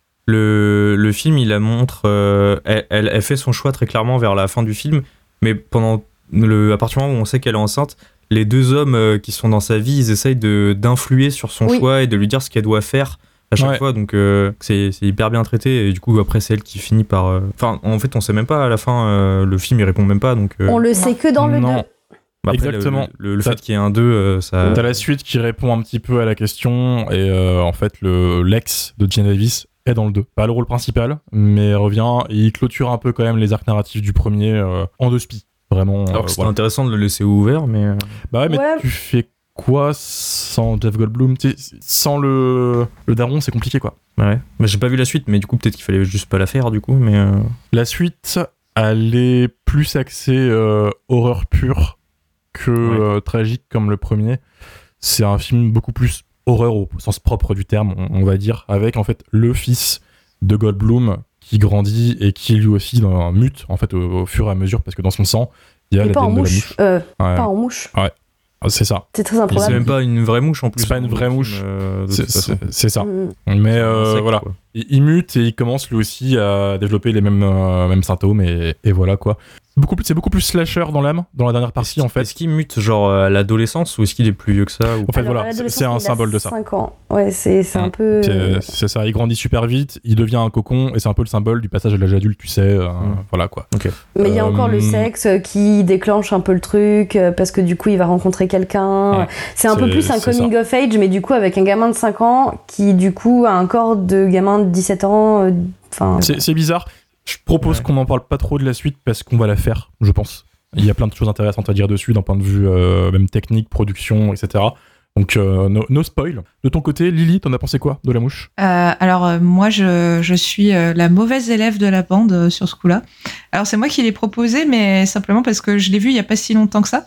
Le, le film, il la montre, euh, elle, elle, elle fait son choix très clairement vers la fin du film, mais pendant le, à partir du moment où on sait qu'elle est enceinte, les deux hommes euh, qui sont dans sa vie, ils essayent de, d'influer sur son oui. choix et de lui dire ce qu'elle doit faire à chaque ouais. fois, donc euh, c'est, c'est hyper bien traité, et du coup après c'est elle qui finit par... Enfin, euh... en fait on sait même pas à la fin, euh, le film il répond même pas, donc... Euh... On le sait que dans le deux. Bah après, exactement. Le, le, le fait qu'il y ait un deux, euh, ça... T'as la suite qui répond un petit peu à la question, et euh, en fait le, l'ex de Jenna Davis est dans le deux. Pas le rôle principal, mais revient et il clôture un peu quand même les arcs narratifs du premier euh, en deux spi. Vraiment. Alors euh, c'était voilà. intéressant de le laisser ouvert, mais. Bah ouais, mais ouais. tu fais quoi sans Jeff Goldblum? T'sais, sans le, le daron, c'est compliqué quoi. Ouais. Bah, j'ai pas vu la suite, mais du coup, peut-être qu'il fallait juste pas la faire, du coup. Mais euh... La suite, elle est plus axée euh, horreur pure que ouais. euh, tragique comme le premier. C'est un film beaucoup plus horreur au sens propre du terme, on, on va dire, avec en fait le fils de Goldblum qui grandit et qui lui aussi dans un mute en fait au, au fur et à mesure, parce que dans son sang il y a l'A D N de la mouche. Euh, ouais. Pas en mouche. Ouais. C'est ça. C'est très improbable. C'est même pas une vraie mouche en plus. C'est pas une vraie mouche. Euh, c'est, c'est, c'est ça. Mmh. Mais euh, insecte, voilà. Il, il mute et il commence lui aussi à développer les mêmes, euh, mêmes symptômes et, et voilà quoi. Beaucoup plus, c'est beaucoup plus slasher dans l'âme, dans la dernière partie est-ce en fait. Est-ce qu'il mute genre à l'adolescence ou est-ce qu'il est plus vieux que ça ou... En fait Alors, voilà, c'est, c'est un symbole de ça. cinq ans. Ouais, c'est, c'est un peu. C'est, c'est ça, il grandit super vite, il devient un cocon et c'est un peu le symbole du passage à l'âge adulte, tu sais. Euh, mmh. Voilà quoi. Okay. Mais il y a euh, encore le sexe qui déclenche un peu le truc parce que du coup il va rencontrer quelqu'un. Ouais. C'est un c'est, peu plus un coming ça. Of age, mais du coup avec un gamin de cinq ans qui du coup a un corps de gamin de dix-sept ans. Enfin. C'est, c'est bizarre. Je propose ouais. qu'on n'en parle pas trop de la suite parce qu'on va la faire, je pense. Il y a plein de choses intéressantes à dire dessus d'un point de vue euh, même technique, production, et cetera. Donc, euh, no, no spoil. De ton côté, Lily, t'en as pensé quoi de La Mouche ? euh, Alors, euh, moi, je, je suis euh, la mauvaise élève de la bande euh, sur ce coup-là. Alors, c'est moi qui l'ai proposé, mais simplement parce que je l'ai vu il n'y a pas si longtemps que ça.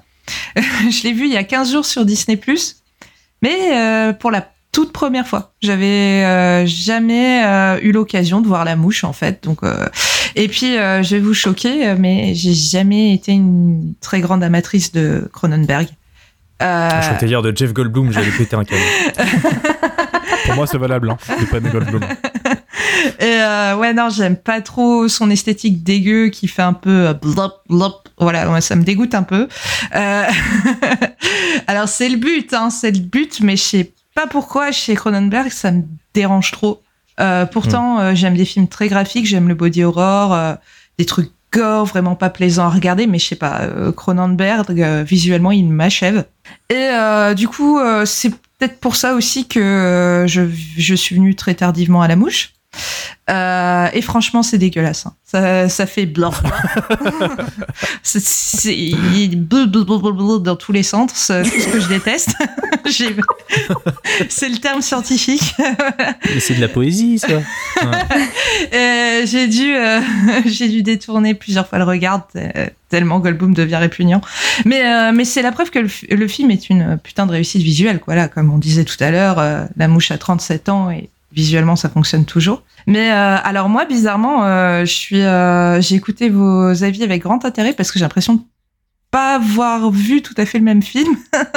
Je l'ai vu il y a quinze jours sur Disney plus, mais euh, pour la toute première fois. J'avais euh, jamais euh, eu l'occasion de voir La Mouche, en fait. Donc, euh... Et puis, euh, je vais vous choquer, mais j'ai jamais été une très grande amatrice de Cronenberg. Euh... Je crois que dire de Jeff Goldblum, j'allais péter un câble. Pour moi, c'est valable, hein, de pas de Goldblum. Et euh, ouais, non, j'aime pas trop son esthétique dégueu qui fait un peu blop, blop. Voilà, moi, ça me dégoûte un peu. Euh... Alors, c'est le but, hein, c'est le but, mais je sais pas pourquoi chez Cronenberg, ça me dérange trop. Euh, pourtant, mmh. euh, j'aime des films très graphiques, j'aime le body horror, euh, des trucs gore, vraiment pas plaisant à regarder, mais je sais pas, euh, Cronenberg, euh, visuellement, il m'achève. Et euh, du coup, euh, c'est peut-être pour ça aussi que euh, je, je suis venue très tardivement à La Mouche. Euh, et franchement, c'est dégueulasse. Hein. Ça, ça fait blanc. c'est, c'est il blablabla dans tous les centres, c'est tout ce que je déteste. J'ai... c'est le terme scientifique. Mais c'est de la poésie, ça. Ouais. Euh, j'ai dû, euh, j'ai dû détourner plusieurs fois le regard tellement Goldblum devient répugnant. Mais, euh, mais c'est la preuve que le, le film est une putain de réussite visuelle, quoi. Là, comme on disait tout à l'heure, euh, La Mouche a trente-sept ans et visuellement, ça fonctionne toujours. Mais euh, alors moi, bizarrement, euh, je suis, euh, j'ai écouté vos avis avec grand intérêt parce que j'ai l'impression de pas avoir vu tout à fait le même film.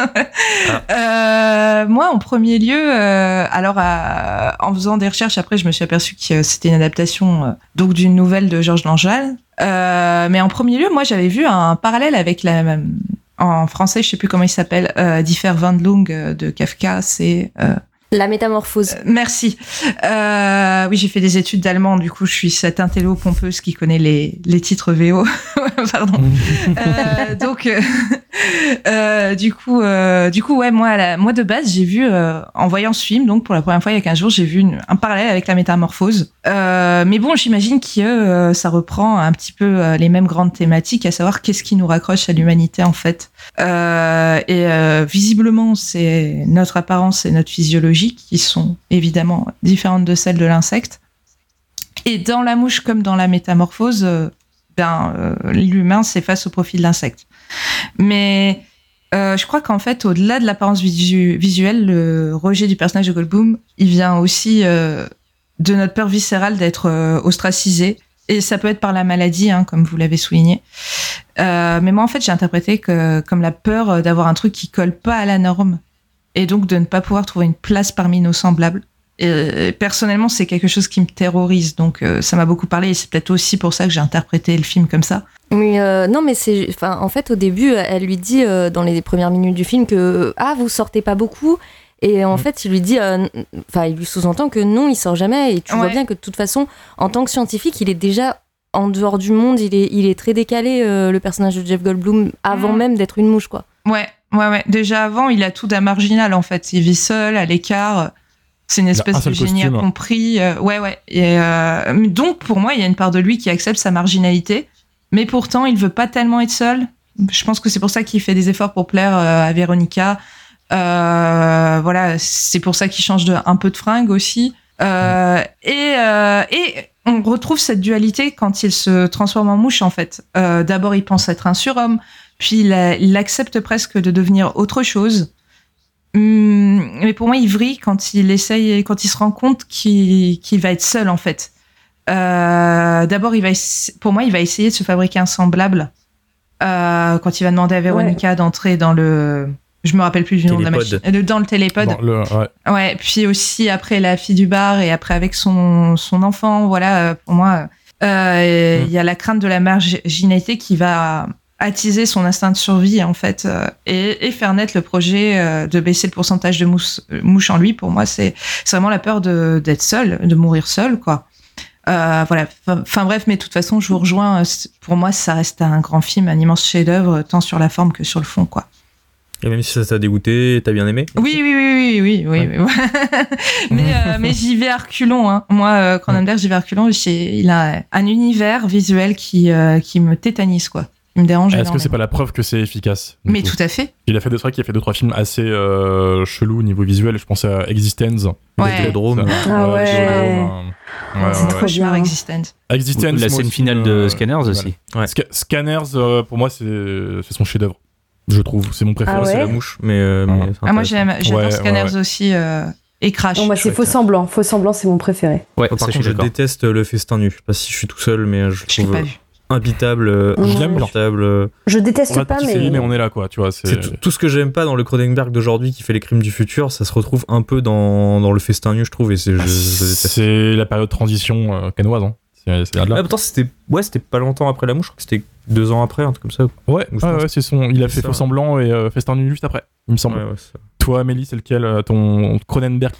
ah. euh, moi, en premier lieu, euh, alors euh, en faisant des recherches, après, je me suis aperçue que c'était une adaptation euh, donc d'une nouvelle de Georges Langeal. Euh, mais en premier lieu, moi, j'avais vu un parallèle avec la même. En français, je sais plus comment il s'appelle, euh, Die Verwandlung de Kafka. C'est euh, La métamorphose. Euh, merci. Euh, oui, j'ai fait des études d'allemand, du coup, je suis cette intello pompeuse qui connaît les, les titres V O. Pardon. euh, donc, euh, euh, du coup, euh, du coup, ouais, moi, la, moi de base, j'ai vu, euh, en voyant ce film, donc pour la première fois il y a quinze jours, j'ai vu une, un parallèle avec la métamorphose. Euh, mais bon, j'imagine que euh, ça reprend un petit peu euh, les mêmes grandes thématiques, à savoir qu'est-ce qui nous raccroche à l'humanité en fait. Euh, et euh, visiblement, c'est notre apparence et notre physiologie qui sont évidemment différentes de celles de l'insecte. Et dans La Mouche comme dans la métamorphose, euh, ben, euh, l'humain s'efface au profit de l'insecte. Mais euh, je crois qu'en fait, au-delà de l'apparence visu- visuelle, le rejet du personnage de Goldblum, il vient aussi euh, de notre peur viscérale d'être euh, ostracisé. Et ça peut être par la maladie, hein, comme vous l'avez souligné. Euh, mais moi, en fait, j'ai interprété que, comme la peur d'avoir un truc qui colle pas à la norme. Et donc de ne pas pouvoir trouver une place parmi nos semblables. Et personnellement, c'est quelque chose qui me terrorise, donc euh, ça m'a beaucoup parlé, et c'est peut-être aussi pour ça que j'ai interprété le film comme ça. Mais euh, non, mais c'est, enfin, en fait, au début, elle lui dit euh, dans les premières minutes du film que ah, vous sortez pas beaucoup, et en mmh. fait, il lui dit, enfin, euh, il lui sous-entend que non, il sort jamais, et tu ouais. vois bien que de toute façon, en tant que scientifique, il est déjà en dehors du monde, il est, il est très décalé, euh, le personnage de Jeff Goldblum, avant mmh. même d'être une mouche, quoi. Ouais. Ouais, ouais. Déjà avant, il a tout d'un marginal, en fait. Il vit seul, à l'écart. C'est une espèce de génie incompris. Euh, ouais, ouais. Et, euh, donc, pour moi, il y a une part de lui qui accepte sa marginalité. Mais pourtant, il veut pas tellement être seul. Je pense que c'est pour ça qu'il fait des efforts pour plaire euh, à Véronica. Euh, voilà. C'est pour ça qu'il change de, un peu de fringue aussi. Euh, et, euh, et on retrouve cette dualité quand il se transforme en mouche, en fait. Euh, d'abord, il pense être un surhomme. Puis il, a, il accepte presque de devenir autre chose. Hum, mais pour moi, il vrille quand il essaye, quand il se rend compte qu'il, qu'il va être seul, en fait. Euh, d'abord, il va, pour moi, il va essayer de se fabriquer un semblable. Euh, quand il va demander à Véronica ouais. d'entrer dans le... Je me rappelle plus du nom de la machine. Dans le télépod. Dans le, ouais. ouais. Puis aussi, après, la fille du bar et après, avec son, son enfant, voilà, pour moi, euh, il mmh. y a la crainte de la marginalité qui va... attiser son instinct de survie en fait euh, et, et faire naître le projet euh, de baisser le pourcentage de mousse, euh, mouches en lui. Pour moi, c'est, c'est vraiment la peur de, d'être seul, de mourir seul, quoi. Euh, voilà. Enfin bref, mais de toute façon, je vous rejoins. Pour moi, ça reste un grand film, un immense chef-d'œuvre, tant sur la forme que sur le fond, quoi. Et même si ça t'a dégoûté, t'as bien aimé ? Oui, oui, oui, oui, oui, oui. Ouais. oui. mais, euh, mais j'y vais à reculons. Hein. Moi, euh, Cronenberg, j'y vais à reculons. J'ai, il a un univers visuel qui, euh, qui me tétanise, quoi. Me dérange. Est-ce que c'est pas la preuve que c'est efficace ? Mais coup. Tout à fait. Il a fait deux, il a fait deux trois films assez euh, chelous au niveau visuel. Je pensais à Existence. Ouais. Vidéodrome. Ah ouais. ouais. ouais c'est ouais, trop ouais. bien. Existence. Existence. La scène finale de euh, Scanners euh, aussi. Ouais. Sc- Scanners, euh, pour moi, c'est, c'est son chef-d'œuvre. Je trouve, c'est mon préféré. Ah ouais c'est La Mouche, mais. Euh, ah. mais ah moi j'aime, j'adore ouais, Scanners ouais, ouais. aussi. Euh... Et Crash. Non, moi c'est Faux Semblant. Faux Semblant, c'est mon préféré. Ouais, oh, par contre, je déteste le festin nu. Je sais pas si je suis tout seul, mais je je trouve. Pas vu. Imbitable, euh, je l'aime insupportable. Je déteste on pas, mais... série, mais on est là, quoi, tu vois. C'est, c'est tout, tout ce que j'aime pas dans le Cronenberg d'aujourd'hui qui fait les crimes du futur, ça se retrouve un peu dans, dans le festin nu, je trouve, et c'est, je, je c'est la période de transition euh, canoise, hein. C'est, c'est là. Ah, pourtant, c'était, ouais, c'était pas longtemps après La Mouche, je crois que c'était deux ans après, un truc comme ça. Ouais, ah, ouais c'est son, il a fait Faux Semblant et euh, Festin nu juste après, il me semble. Ouais, ouais, ça... Toi, Amélie, c'est lequel euh, ton Cronenberg préféré ?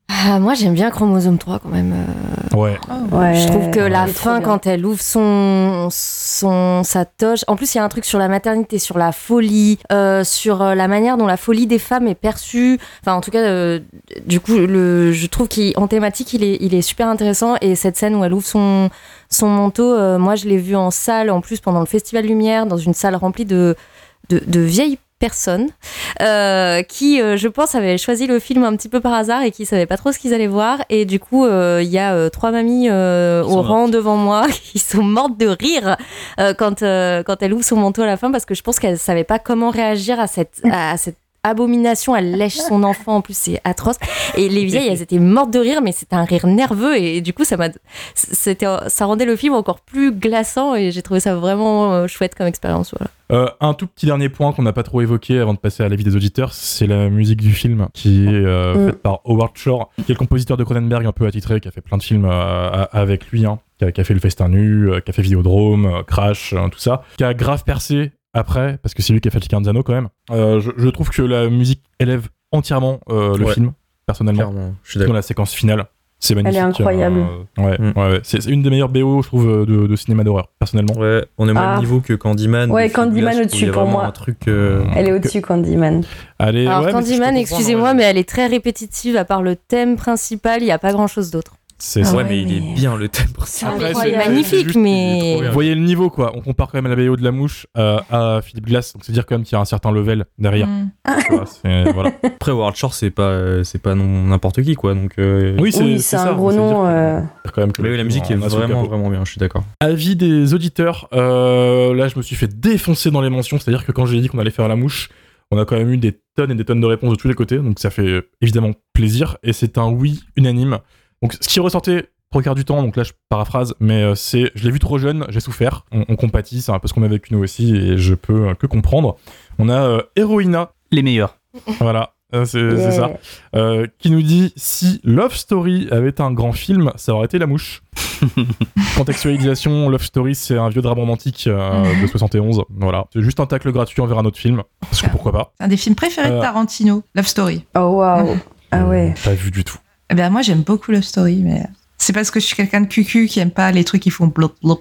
Ah, moi, j'aime bien Chromosome trois quand même. Euh... Ouais. Oh. Ouais. Je trouve que la Elle est trop fin, bien. quand elle ouvre son, son, sa toge. En plus, il y a un truc sur la maternité, sur la folie, euh, sur la manière dont la folie des femmes est perçue. Enfin, en tout cas, euh, du coup, le, je trouve qu'en thématique, il est, il est super intéressant. Et cette scène où elle ouvre son, son manteau, euh, moi, je l'ai vue en salle, en plus, pendant le Festival Lumière, dans une salle remplie de, de, de vieilles personnes euh, qui, euh, je pense, avaient choisi le film un petit peu par hasard et qui savaient pas trop ce qu'ils allaient voir. Et du coup, il euh, y a euh, trois mamies euh, au rang mortes. devant moi qui sont mortes de rire euh, quand, euh, quand elle ouvre son manteau à la fin, parce que je pense qu'elles savaient pas comment réagir à cette, à cette abomination. Elle lèche son enfant, en plus c'est atroce, et les vieilles elles étaient mortes de rire, mais c'était un rire nerveux, et du coup ça m'a c'était ça rendait le film encore plus glaçant, et j'ai trouvé ça vraiment chouette comme expérience. Voilà. Euh, un tout petit dernier point qu'on n'a pas trop évoqué avant de passer à l'avis des auditeurs, c'est la musique du film qui est euh, mm. faite par Howard Shore, qui est le compositeur de Cronenberg un peu attitré, qui a fait plein de films euh, avec lui, hein, qui, a, qui a fait Le Festin Nu, euh, qui a fait Vidéodrome, euh, Crash, euh, tout ça, qui a grave percé après, parce que c'est lui qui a fait Chicanzano quand même. Euh, je, je trouve que la musique élève entièrement euh, le ouais. film, personnellement. Clairement, je suis d'accord. Dans la séquence finale, c'est magnifique. Elle est incroyable. Euh, ouais, mm. ouais, ouais. C'est, c'est une des meilleures B O, je trouve, de, de cinéma d'horreur, personnellement. Ouais, on est au même Ah. niveau que Candyman. Ouais, de Phil Candyman Glass, au-dessus où il y a pour vraiment moi. Un truc, euh... Elle est au-dessus, Candyman. Allez, Alors ouais, Candyman, mais si excusez-moi, mais elle est très répétitive. À part le thème principal, il n'y a pas grand-chose d'autre. C'est Ah ça. ouais, ouais, mais il mais- est bien le thème. C'est Après, incroyable. c'est- magnifique, c'est juste mais- qu'il est trop bien. Vous voyez le niveau, quoi. On compare quand même la B O de La Mouche euh, à Philippe Glass, donc c'est dire quand même qu'il y a un certain level derrière. Mm. Tu vois, c'est- voilà. Après, Howard Shore, c'est pas, c'est pas non, n'importe qui, quoi. Donc, euh... Oui, c'est, Oui, c'est c'est ça, un gros c'est dire nom. que- euh, c'est quand même que Mais le oui, la film musique a est un sous le vraiment, capot. vraiment bien, je suis d'accord. Avis des auditeurs, euh, là je me suis fait défoncer dans les mentions, c'est-à-dire que quand j'ai dit qu'on allait faire La Mouche, on a quand même eu des tonnes et des tonnes de réponses de tous les côtés, donc ça fait euh, évidemment plaisir, et c'est un oui unanime. Donc ce qui ressortait trois quarts du temps, donc là je paraphrase, mais euh, c'est je l'ai vu trop jeune, j'ai souffert, on, on compatit, c'est un peu ce qu'on a vécu nous aussi, et je peux euh, que comprendre. On a euh, Héroïna, Les meilleurs. voilà, euh, c'est, yeah. c'est ça, euh, qui nous dit si Love Story avait été un grand film, ça aurait été La Mouche. Contextualisation, Love Story, c'est un vieux drame romantique euh, de soixante et onze. Voilà, c'est juste un tacle gratuit envers un autre film, parce que pourquoi pas. C'est un des films préférés de Euh. Tarantino, Love Story. Oh waouh. Ah ouais. Pas vu du tout. Eh bien, moi, j'aime beaucoup Love Story, mais c'est parce que je suis quelqu'un de cucu qui aime pas les trucs qui font blop blop.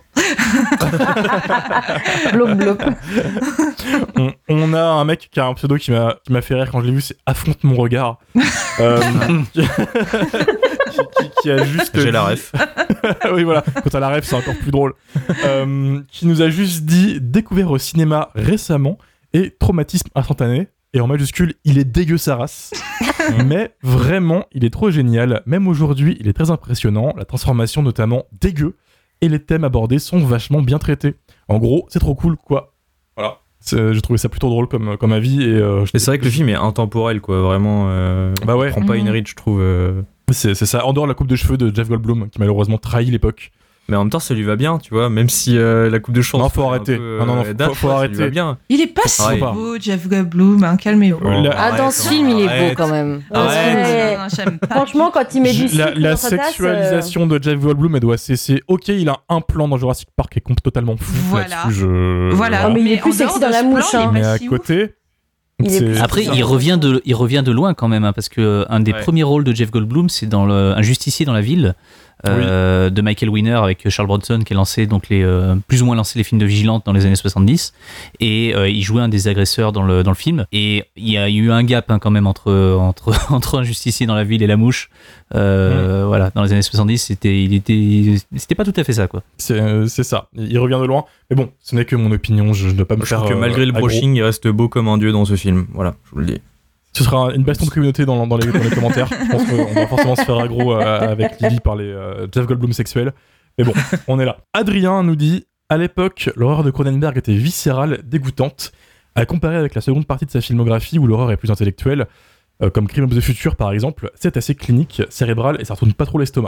Blop blop. On, on a un mec qui a un pseudo qui m'a, qui m'a fait rire quand je l'ai vu, c'est Affronte mon regard. Euh, qui, qui- qui a juste. J'ai la dit- ref. Oui, voilà, quand t'as la ref, c'est encore plus drôle. Euh, qui nous a juste dit découvert au cinéma récemment et traumatisme instantané. Et en majuscule, il est dégueu sa race. Mais vraiment, il est trop génial. Même aujourd'hui, il est très impressionnant. La transformation, notamment, dégueu. Et les thèmes abordés sont vachement bien traités. En gros, c'est trop cool, quoi. Voilà. C'est- j'ai trouvé ça plutôt drôle comme, comme avis. Et, euh, je- Mais c'est vrai que le film est intemporel, quoi. Vraiment. Euh... Bah ouais. Il prend pas Mhm. une ride, je trouve. euh. C'est, c'est ça, en dehors de la coupe de cheveux de Jeff Goldblum, qui malheureusement trahit l'époque. Mais en même temps, ça lui va bien, tu vois. Même si euh, la coupe de cheveux. Non, faut arrêter. Non, non, non, faut- faut arrêter. Ça lui va bien. Il est pas si Arrête. beau, Jeff Goldblum, hein, calmez-vous. Oh, La- Ah, dans ce film, il est beau Arrête. quand même. Arrête. Ouais. Non, j'aime pas. Franchement, quand il met du la, sucre la dans sa tasse, euh, sexualisation de Jeff Goldblum, elle doit cesser. Ok, il a un plan dans Jurassic Park qui est com- totalement fou. Voilà. Là-dessus, je... Voilà. Oh, mais il est en plus dehors sexy de dans La ce Mouche, plan, hein. il est Mais pas à si ouf. côté. Il est c'est- plus- Après, c'est il ça. revient, de, il revient de loin quand même, hein, parce que euh, un des Ouais. premiers rôles de Jeff Goldblum, c'est dans le, un justicier dans la ville euh, de Michael Winner avec Charles Bronson, qui a lancé donc les, euh, plus ou moins lancé les films de vigilante dans les années soixante-dix. Et euh, il jouait un des agresseurs dans le, dans le film. Et il y a eu un gap hein, quand même entre, entre, entre un justicier dans la ville et La Mouche. Euh, Mm. Voilà, dans les années soixante-dix, c'était, il était, c'était pas tout à fait ça, quoi. C'est, euh, c'est ça. Il revient de loin. Mais bon, ce n'est que mon opinion. Je ne dois pas me Je faire. trouve que euh, malgré le aggro. brushing, il reste beau comme un dieu dans ce film. Voilà, je vous le dis. Ce sera une baston de communauté dans, dans, les, dans les commentaires. Je pense qu'on va forcément se faire aggro euh, avec Lily par les euh, Jeff Goldblum sexuels. Mais bon, on est là. Adrien nous dit à l'époque, l'horreur de Cronenberg était viscérale, dégoûtante. À comparer avec la seconde partie de sa filmographie où l'horreur est plus intellectuelle, euh, comme Crime of the Future par exemple, c'est assez clinique, cérébral et ça retourne pas trop l'estomac.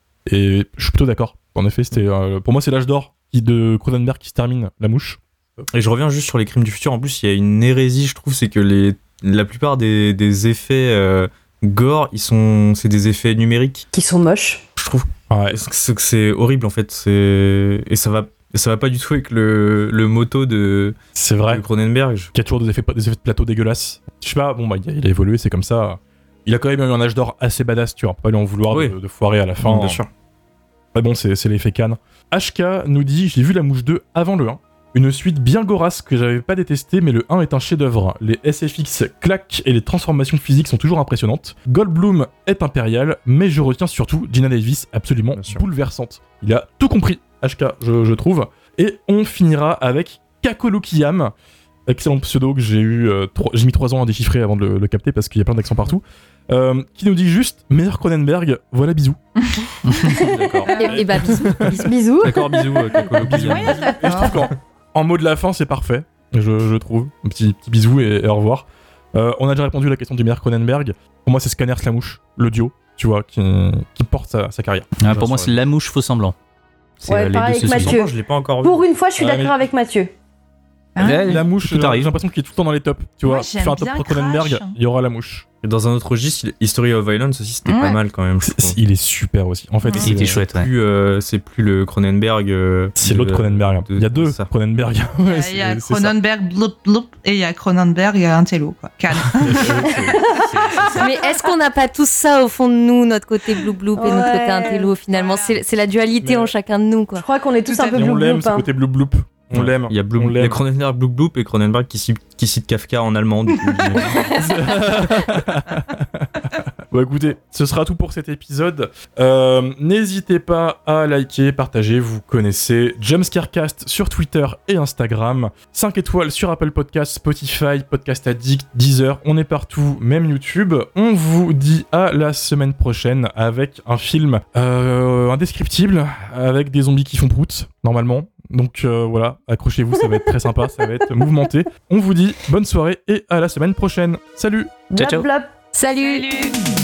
Et je suis plutôt d'accord. En effet, c'était, euh, pour moi, c'est l'âge d'or qui, de Cronenberg qui se termine, La Mouche. Et je reviens juste sur les crimes du futur. En plus, il y a une hérésie, je trouve, c'est que les, la plupart des, des effets euh, gore, ils sont, c'est des effets numériques. Qui sont moches. Je trouve Ouais. que c'est, que c'est horrible en fait. C'est, et ça va, ça va pas du tout avec le, le motto de, C'est vrai. de Cronenberg. Je- Il y a toujours des effets, des effets de plateau dégueulasses. Je sais pas, bon, bah, il a, il a évolué, c'est comme ça. il a quand même eu un âge d'or assez badass, tu vois, on peut pas lui en vouloir Oui. de, de foirer à la fin. Bien sûr. Mais bon, c'est, c'est l'effet Cannes. H K nous dit, j'ai vu La Mouche deux avant le un. Une suite bien gorasse que j'avais pas détesté, mais le un est un chef-d'œuvre. Les S F X claquent et les transformations physiques sont toujours impressionnantes. Goldblum est impérial, mais je retiens surtout Gina Davis, absolument bouleversante. Il a tout compris, H K, je, je trouve. Et on finira avec Kakolokiyam, excellent pseudo que j'ai eu, euh, trois, j'ai mis trois ans à déchiffrer avant de le, le capter parce qu'il y a plein d'accents partout. Euh, qui nous dit juste meilleur Cronenberg, voilà bisous. D'accord. Et, et bah bisous. Bisous. D'accord, bisous, euh, Kakolokiyam. Ouais, Et je trouve qu'en en mot de la fin, c'est parfait. Je, je trouve. Un petit, petit bisou et, et au revoir. Euh, on a déjà répondu à la question du meilleur Cronenberg. Pour moi, c'est Scanners la mouche, le duo, tu vois, qui, qui porte sa, sa carrière. Ah, pour moi, c'est La Mouche faux semblant. C'est, Ouais, euh, les pareil deux, avec c'est Mathieu. souvent- Je l'ai pas encore vu. Pour une fois, je suis Ouais, d'accord mais- avec Mathieu. Hein Ouais, La mouche, tout j'ai arrive. l'impression qu'il est tout le temps dans les tops. Tu vois, Moi, tu j'aime fais un top bien pour Cronenberg, Crash. il y aura la mouche. Et dans un autre registre, History of Violence aussi, c'était Ouais. pas mal quand même. je trouve. Il est super aussi. En fait, Ouais. c'est, Il était chouette, ouais. Plus, euh, c'est plus le Cronenberg. euh, c'est de- l'autre Cronenberg. de- Il y a deux ça. Cronenberg. Il y Ouais, a, c'est- il y a c'est ça. Cronenberg bloup bloup et il y a Cronenberg, il y a un télo quoi. Cannes. Mais est-ce qu'on n'a pas tous ça au fond de nous, notre côté blue bloop et notre Ouais. côté intello finalement Voilà. c'est, c'est la dualité Mais- en chacun de nous quoi. Je crois qu'on est tous Tout un à peu fait. Et on blue l'aime, bloop. ce hein. côté blue bloop. On Ouais. l'aime. Il y a Bloom, On l'aime. les Cronenberg Bloop Bloop et Cronenberg qui, cite- qui cite Kafka en allemand. Du coup, Bon écoutez, ce sera tout pour cet épisode. Euh, n'hésitez pas à liker, partager, vous connaissez Jumpscarecast sur Twitter et Instagram. cinq étoiles sur Apple Podcasts, Spotify, Podcast Addict, Deezer, on est partout, même YouTube. On vous dit à la semaine prochaine avec un film euh, indescriptible, avec des zombies qui font prout, normalement. Donc euh, voilà, accrochez-vous, ça va être très sympa, ça va être mouvementé. On vous dit bonne soirée et à la semaine prochaine. Salut! Ciao, ciao. Blap, blap. Salut. Salut.